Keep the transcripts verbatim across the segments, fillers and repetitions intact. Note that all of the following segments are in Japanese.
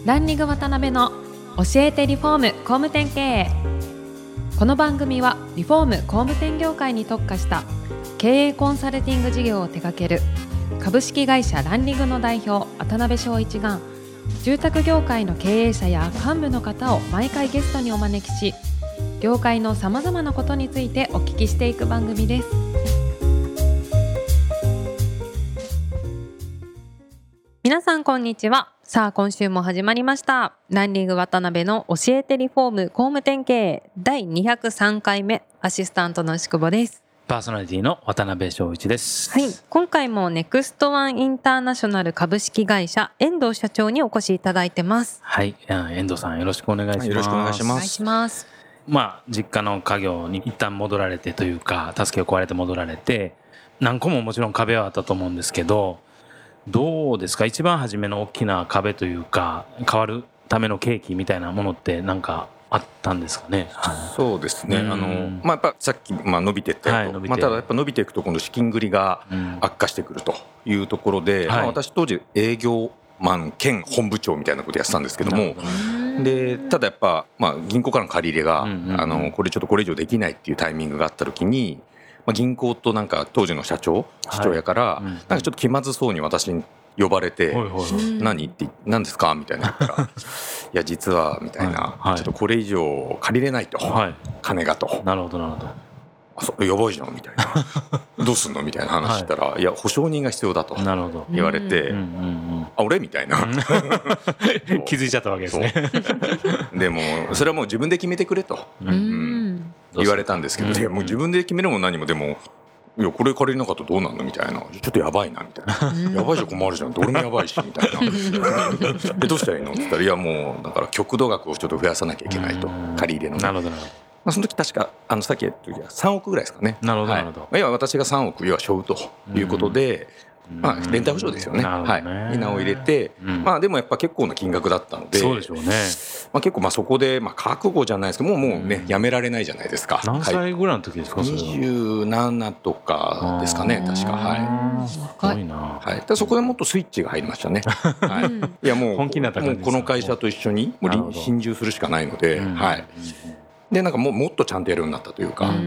ランリング渡辺の教えてリフォーム工務店経営。この番組はリフォーム工務店業界に特化した経営コンサルティング事業を手掛ける株式会社ランリングの代表渡辺翔一が、住宅業界の経営者や幹部の方を毎回ゲストにお招きし、業界のさまざまなことについてお聞きしていく番組です。皆さんこんにちは。さあ今週も始まりましたランリング渡辺の教えてリフォーム工務店経営だいにひゃくさんかいめ、アシスタントの牛久保です。 パーソナリティの渡辺翔一です。 はい、今回もネクストワンインターナショナル株式会社遠藤社長にお越しいただいてます。 はい、遠藤さんよろしくお願いします。 よろしくお願いします。 お願いします。 まあ実家の家業に一旦戻られてというか、助けを加えて戻られて、何個ももちろん壁はあったと思うんですけど、どうですか、一番初めの大きな壁というか変わるための契機みたいなものって何かあったんですかね。 そうですね、 うん、 あのまあ、やっぱさっき、まあ、伸びていったりと、はい、まあ、ただやっぱ伸びていくと今度資金繰りが悪化してくるというところで、うん、まあ、私当時営業マン兼本部長みたいなことやってたんですけども、でただやっぱ、まあ、銀行からの借り入れが、うんうんうん、あのこれちょっとこれ以上できないっていうタイミングがあった時に、まあ、銀行となんか当時の社長父親から、はい、うん、なんかちょっと気まずそうに私に呼ばれて、はいはいはい、何って何ですかみたいな言ったらいや実はみたいな、はいはい、ちょっとこれ以上借りれないと、はい、金がと。 なるほどなるほど。 あ、そやばいじゃんみたいなどうすんのみたいな話したら、はい、いや保証人が必要だと言われて、うんうんうん、あ俺みたいな気づいちゃったわけですねでもそれはもう自分で決めてくれと、うんうん、言われたんですけど、うんうん、いやもう自分で決めるも何も、でもいやこれ借りれなかったらどうなんのみたいな、ちょっとやばいなみたいなやばいじゃ困るじゃん、俺もやばいしみたいなえどうしたらいいのって言ったら、いやもうだから極度額をちょっと増やさなきゃいけないと、借り入れの、ね、 なるほどなるほど。 まあ、その時確かあのさっき言った時はさんおくぐらいですかね。 なるほどなるほど、 はい、要は私がさんおく要は背負うということで、まあ、連帯保証ですよね、はい、稲を入れて、うん、まあ、でもやっぱ結構な金額だったので、 そうでしょうね、 まあ、結構まあそこでまあ覚悟じゃないですけどもうもうね、うん、やめられないじゃないですか。 何歳ぐらいの時ですか。 にじゅうななとかですかね確か。はい、 すごいな、 はい、だそこでもっとスイッチが入りましたね、はい、いやもう本気になった感じですか。 もうこの会社と一緒にもう心中するしかないので、うん、はい、でなんか も, もっとちゃんとやるようになったというか、はい、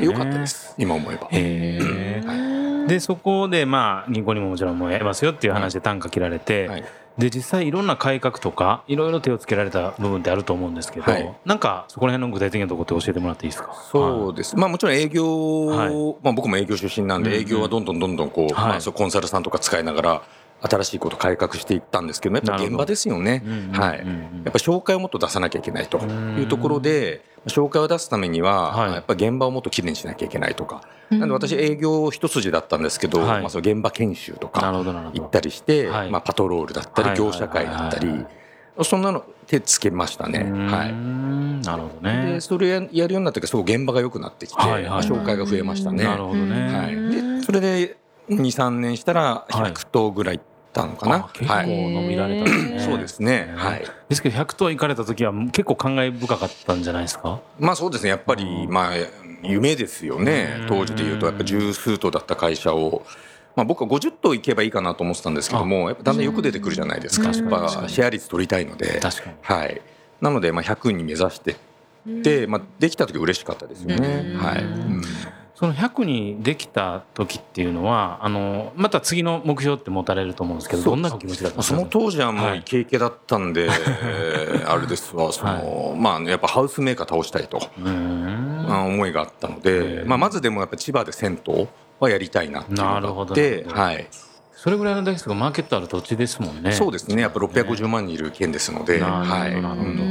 よかったです今思えば。 へー、はい、でそこでまあ銀行にももちろんもうやりますよっていう話で単価切られて、はい、で実際いろんな改革とかいろいろ手をつけられた部分ってあると思うんですけど、はい、なんかそこら辺の具体的なところって教えてもらっていいですか。 そうです、まあ、もちろん営業、はい、まあ、僕も営業出身なんで営業はどんどんどんどんこう、はい、まあ、そうコンサルさんとか使いながら新しいこと改革していったんですけど、やっぱ現場ですよね、はい、やっぱ紹介をもっと出さなきゃいけないというところで、紹介を出すためには、はい、やっぱ現場をもっときれいにしなきゃいけないとか、なんで私営業一筋だったんですけど、はい、まあ、その現場研修とか行ったりして、はい、まあ、パトロールだったり業者会だったり、そんなの手つけましたね。はい、 なるほどね。 でそれやるようになってからすごく現場が良くなってきて、はいはい、まあ、紹介が増えましたね。 なるほどね、 はい、でそれで にさんねんしたらひゃくとうぐらいたのかな。 結構伸びられたんですね、はい、 そうですね、はい、 ですけどひゃくとう行かれた時は結構感慨深かったんじゃないですか。 まあそうですね、やっぱりまあ夢ですよね。当時でいうとやっぱ十数頭だった会社を、まあ、僕はごじゅっとう行けばいいかなと思ってたんですけども、やっぱだんだんよく出てくるじゃないですか。やっぱシェア率取りたいので、 確かに、 はい、なのでまあひゃくに目指してで、まあ、できた時嬉しかったですよね。はい、うん、 そのひゃくにできた時っていうのはあのまた次の目標って持たれると思うんですけど、どんな気持ちだったんですか。 その当時はもうイケイケだったんで、はい、あれですわ、その、はい、まあ、やっぱハウスメーカー倒したいと思いがあったので、まあ、まずでもやっぱ千葉で銭湯はやりたいなっていうのがあって、はい、 それぐらいの大好きがマーケットある土地ですもんね。 そうですね、やっぱろっぴゃくごじゅうまん人いる県ですので、 なるほど、なるほど、うん、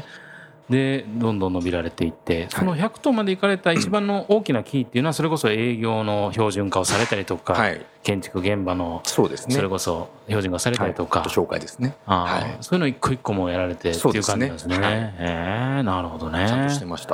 でどんどん伸びられていって、そのひゃくとうまで行かれた一番の大きなキーっていうのはそれこそ営業の標準化をされたりとか、はい、建築現場のそうですね、それこそ標準化されたりとか、 はい、紹介ですね、 あ、はい、そういうの一個一個もやられてっていう感じなんですね。はい、えー、なるほどね、 ちゃんとしてました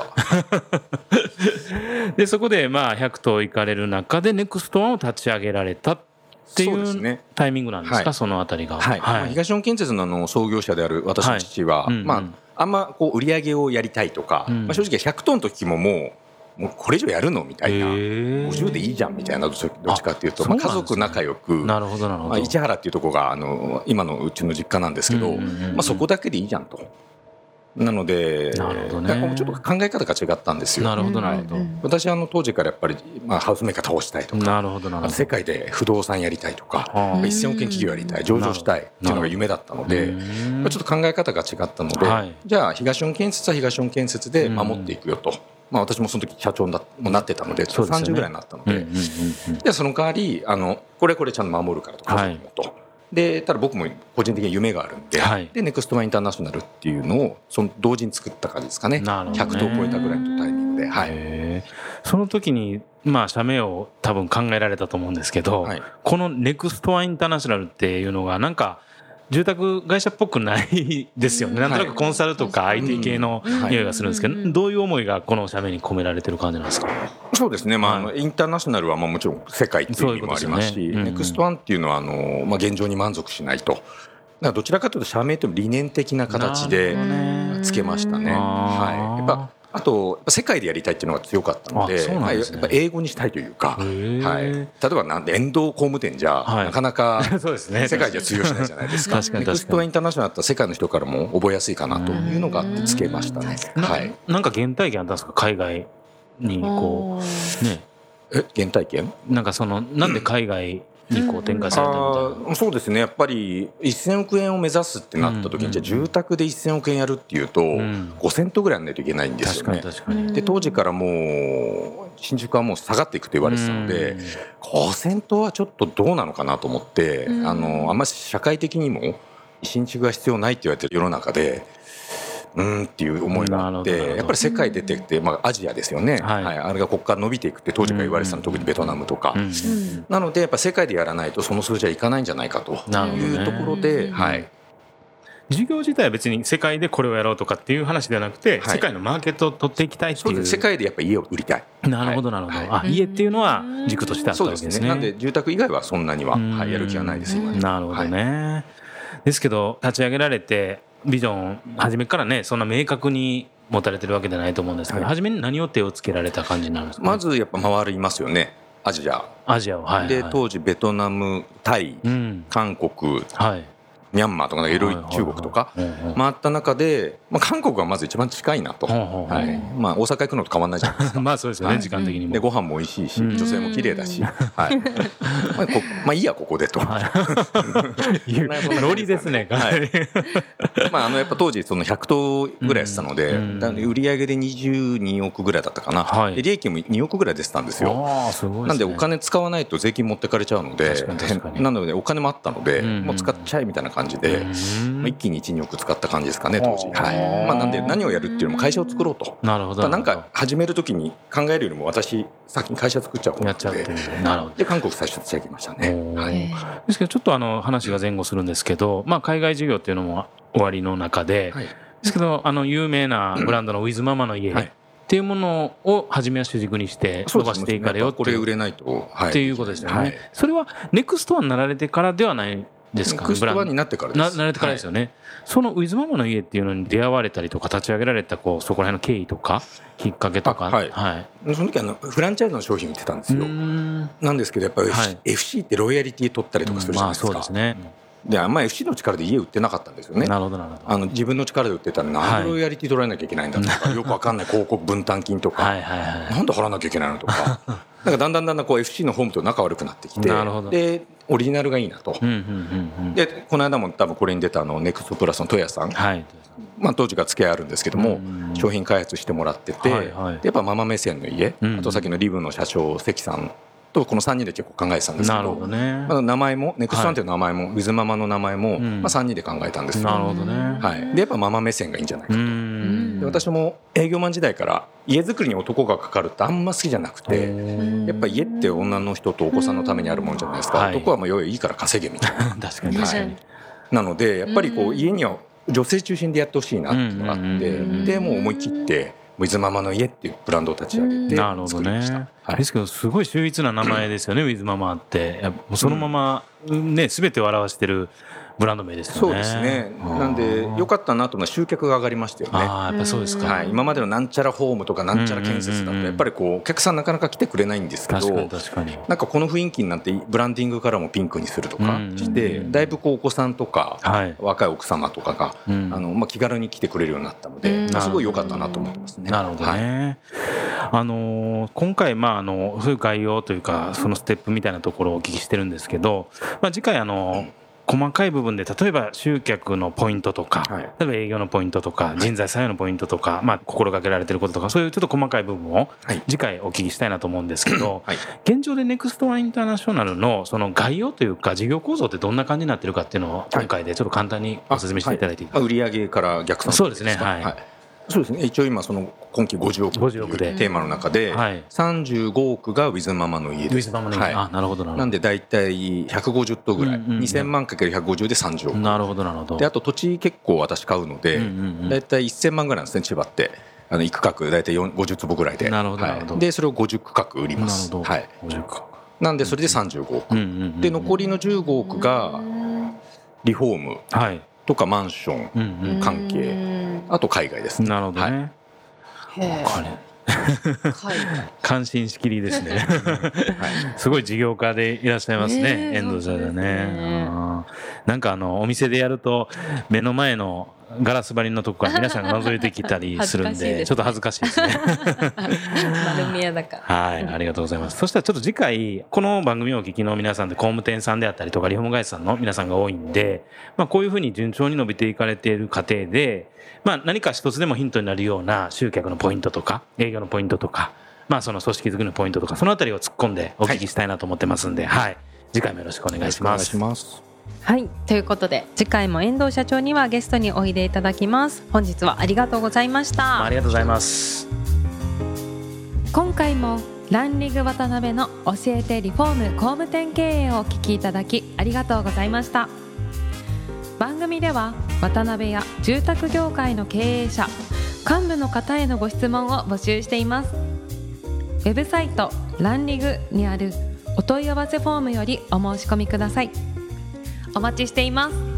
でそこでまあひゃくとう行かれる中でネクストワンを立ち上げられたっていうタイミングなんですか。 そ, す、ね、はい、そのあたりが、 はいはい、まあ、東日本建設 の, あの創業者である私の父は、はい、うんうん、まあ、あんまこう売り上げをやりたいとか、うん、まあ、正直ひゃくトンの時ももうもうこれ以上やるのみたいな、ごじゅうでいいじゃんみたいな、どっちかっていうと、まあ、家族仲良く、 なるほどなるほど、 まあ、市原っていうところがあの今のうちの実家なんですけど、まあ、そこだけでいいじゃんと。なので、なるほどね、ちょっと考え方が違ったんですよ。 なるほどなるほど。 私はあの当時からやっぱり、まあ、ハウスメーカー倒したいとか、 なるほどなるほど、 世界で不動産やりたいとか、せんおくえん企業やりたい、上場したいっていうのが夢だったので、ちょっと考え方が違ったので、はい、じゃあ東日本建設は東日本建設で守っていくよと。まあ、私もその時社長に な, もなってたのでさんじゅうぐらいになったので、じゃあその代わりあのこれこれちゃんと守るからと家族もと、はい、でただ僕も個人的に夢があるんで、はい、でネクストワンインターナショナルっていうのをその同時に作った感じですかね。ひゃくとうを超えたぐらいのタイミングで、はい、 その時にまあ社名を多分考えられたと思うんですけど、はい、このネクストワンインターナショナルっていうのがなんか住宅会社っぽくないですよね。なんとなくコンサルとか アイティー 系の匂いがするんですけど、どういう思いがこの社名に込められてる感じなんですか？ そうですね、まあ、あのインターナショナルはまあもちろん世界っていう意味もありますし、ネクストワンっていうのはあの、まあ、現状に満足しないと。だからどちらかというと社名という理念的な形でつけましたね。はい、やっぱあと世界でやりたいっていうのが強かったの で, で、ね、やっぱ英語にしたいというか、はい、例えばなんで遠藤工務店じゃ、はい、なかなか世界じゃ通用しないじゃないですか。ネクストワンインターナショナルだったら世界の人からも覚えやすいかなというのがあってつけましたね。はい、 な, なんか原体験あったんですか、海外にこうね。 え原体験なんかそのなんで海外にこう展開されたみたいな。 あ、そうですね、やっぱりせんおくえんを目指すってなった時に、うん、じゃあ住宅でせんおくえんやるっていうと、うん、ごせんとうぐらいやらないといけないんですよね。確かに確かに。で当時からもう新築はもう下がっていくと言われてたので、うん、ごせんとうはちょっとどうなのかなと思って、うん、あのあんまり社会的にも新築が必要ないって言われてる世の中でうーんっていう思いがあって、やっぱり世界出てきて、まあ、アジアですよね、はいはい、あれがここから伸びていくって当時から言われてたの、特にベトナムとか、うん、なのでやっぱ世界でやらないとその数字はいかないんじゃないかというところで、はい、 事業自体は別に世界でこれをやろうとかっていう話ではなくて、はい、世界のマーケットを取っていきたいっていう。 そうです、世界でやっぱり家を売りたい。 なるほどなるほど、はい、あ、家っていうのは軸としてあったわけですね。そうですね、なんで住宅以外はそんなには、はい、やる気はないです今。 なるほどね、はい、ですけど立ち上げられてビジョン初めからねそんな明確に持たれてるわけじゃないと思うんですけど、はい、初めに何を手をつけられた感じになるんですか、ね、 まずやっぱ回りますよね、アジアアジアを、はいはい、 で当時ベトナム、タイ、うん、韓国、はい、ミャンマーとかいろいろ中国とか回った中で、まあ、韓国がまず一番近いなと、はい、まあ、大阪行くのと変わらないじゃないですか。 まあそうですよね、はい、時間的にもでご飯も美味しいし、女性も綺麗だし、はい、まあ、こまあいいやここでと、はい、 ノリですね、 はい、まあ、あのやっぱ当時そのひゃくとうぐらいやってたので、うん、売上でにじゅうにおくぐらいだったかな、はい、で利益もにおくぐらい出てたんですよ。あ、すごいですね。なんでお金使わないと税金持ってかれちゃうので、なのでお金もあったので、うん、もう使っちゃえみたいな感じで、まあ、一気にいち、におく使った感じですかね当時、はい、まあ、なんで何をやるっていうよりも会社を作ろうと。 なるほど。 なんか始めるときに考えるよりも私先に会社作っちゃおうと思って、なるほど。で韓国最初立ち上げましたね、はい、 ですけどちょっとあの話が前後するんですけど、まあ、海外事業っていうのも終わりの中で、はい、ですけどあの有名なブランドのウィズママの家、はい、っていうものを初めは主軸にして伸ばしていかれよっていう、 これ売れないと、はい、 っていうことですよね、はい、それはネクストワンになられてからではないですか。 ネクストワンになってからです。 な, なれてからですよね、はい、そのウィズママの家っていうのに出会われたりとか立ち上げられたこうそこら辺の経緯とかきっかけとか、 はいはい、その時あのフランチャイズの商品売ってたんですよ。なんですけどやっぱり エフシー、はい、エフシー ってロイヤリティ取ったりとかするじゃないですか、うん、まあそうですね。であんまり エフシー の力で家売ってなかったんですよね。 なるほどなるほど。 あの自分の力で売ってたらなんでロイヤリティ取られなきゃいけないんだとか、はい、よくわかんない広告分担金とかはいはい、はい、なんで払わなきゃいけないのとかなんかだんだんだんだんこう エフシー のホームと仲悪くなってきて、なるほど。でオリジナルがいいなと、うんうんうんうん、でこの間も多分これに出たあのネクストプラスの戸谷さん、はい、まあ、当時から付き合いあるんですけども、うんうん、商品開発してもらってて、はいはい、でやっぱママ目線の家、うんうん、あとさっきのリブの社長関さんとこのさんにんで結構考えてたんですけ ど, なるほど、ね、まあ、名前もネクストワンという名前も、はい、ウィズママの名前も、うん、まあ、さんにんで考えたんですよ。 なるほどね、 はい、でやっぱママ目線がいいんじゃないかと。で私も営業マン時代から家づくりに男がかかるってあんま好きじゃなくて、やっぱ家って女の人とお子さんのためにあるもんじゃないですか、はい、男はもういいから稼げみたいな確かに確かに、はい、 なのでやっぱりこう家には女性中心でやってほしいなっていうのがあって、でもう思い切ってウィズママの家っていうブランドを立ち上げて作りました。なるほどね、はい、ですけどすごい秀逸な名前ですよね、ウィズママって。もうそのまま、ね、全てを表してるブランド名ですよね。 そうですね。なんで良かったなと思うのは集客が上がりましたよね。 ああ、やっぱそうですか。 はい、今までのなんちゃらホームとかなんちゃら建設だとやっぱりこうお客さんなかなか来てくれないんですけど、 確かに確かに、 なんかこの雰囲気になってブランディングからもピンクにするとかしてだいぶこうお子さんとか若い奥様とかがあのまあ気軽に来てくれるようになったので、すごい良かったなと思いますね。 なるほどね。はい、あのー、今回まああのそういう概要というかそのステップみたいなところをお聞きしてるんですけど、まあ、次回あの細かい部分で例えば集客のポイントとか、はい、例えば営業のポイントとか人材採用のポイントとか、まあ、心がけられてることとかそういうちょっと細かい部分を次回お聞きしたいなと思うんですけど、はい、現状でネクストワンインターナショナルのその概要というか事業構造ってどんな感じになってるかっていうのを今回でちょっと簡単にご説明していただいていいですか。 はい、売上から逆算そうですね、はいはい、 そうですね。一応今その今期ごじゅうおくというテーマの中でさんじゅうごおくがウィズママの家です。 ウィズママの家、はい、あ、なるほどなるほど。 なんでだいたいひゃくごじゅっとうぐらい、うんうん、にせんまんかけるひゃくごじゅうでさんじゅうおく。 なるほどなるほど。 であと土地結構私買うので、うんうんうん、だいたいせんまんぐらいなんですね。千葉ってあのいっ区画だいたいごじゅっつぼぐらいで、 なるほどなるほど、 はい、でそれをごじゅっ区画売ります。 なるほど、 はい、 ごじゅっ区画なんでそれでさんじゅうごおく、うんうんうんうん、で残りのじゅうごおくがリフォーム、はい、とかマンション関係、うんうん、あと海外ですね。 なるほどね、はい、感心しきりですね、はい、すごい事業家でいらっしゃいますね、遠藤社長ね。なんかあのお店でやると目の前のガラス張りのとこから皆さんが覗いてきたりするん で, で、ね、ちょっと恥ずかしいですね丸見えだから。 はい、ありがとうございます。そしたらちょっと次回この番組をお聞きの皆さんで工務店さんであったりとかリフォーム会社さんの皆さんが多いんで、まあ、こういうふうに順調に伸びていかれている過程で、まあ、何か一つでもヒントになるような集客のポイントとか営業のポイントとか、まあ、その組織づくりのポイントとかそのあたりを突っ込んでお聞きしたいなと思ってますんで、はいはい、次回もよろしくお願いします。 はい、ということで次回も遠藤社長にはゲストにおいでいただきます。本日はありがとうございました。 ありがとうございます。 今回もランリング渡辺の教えてリフォーム工務店経営をお聞きいただきありがとうございました。番組では渡辺や住宅業界の経営者幹部の方へのご質問を募集しています。ウェブサイトランリグにあるお問い合わせフォームよりお申し込みください。お待ちしています。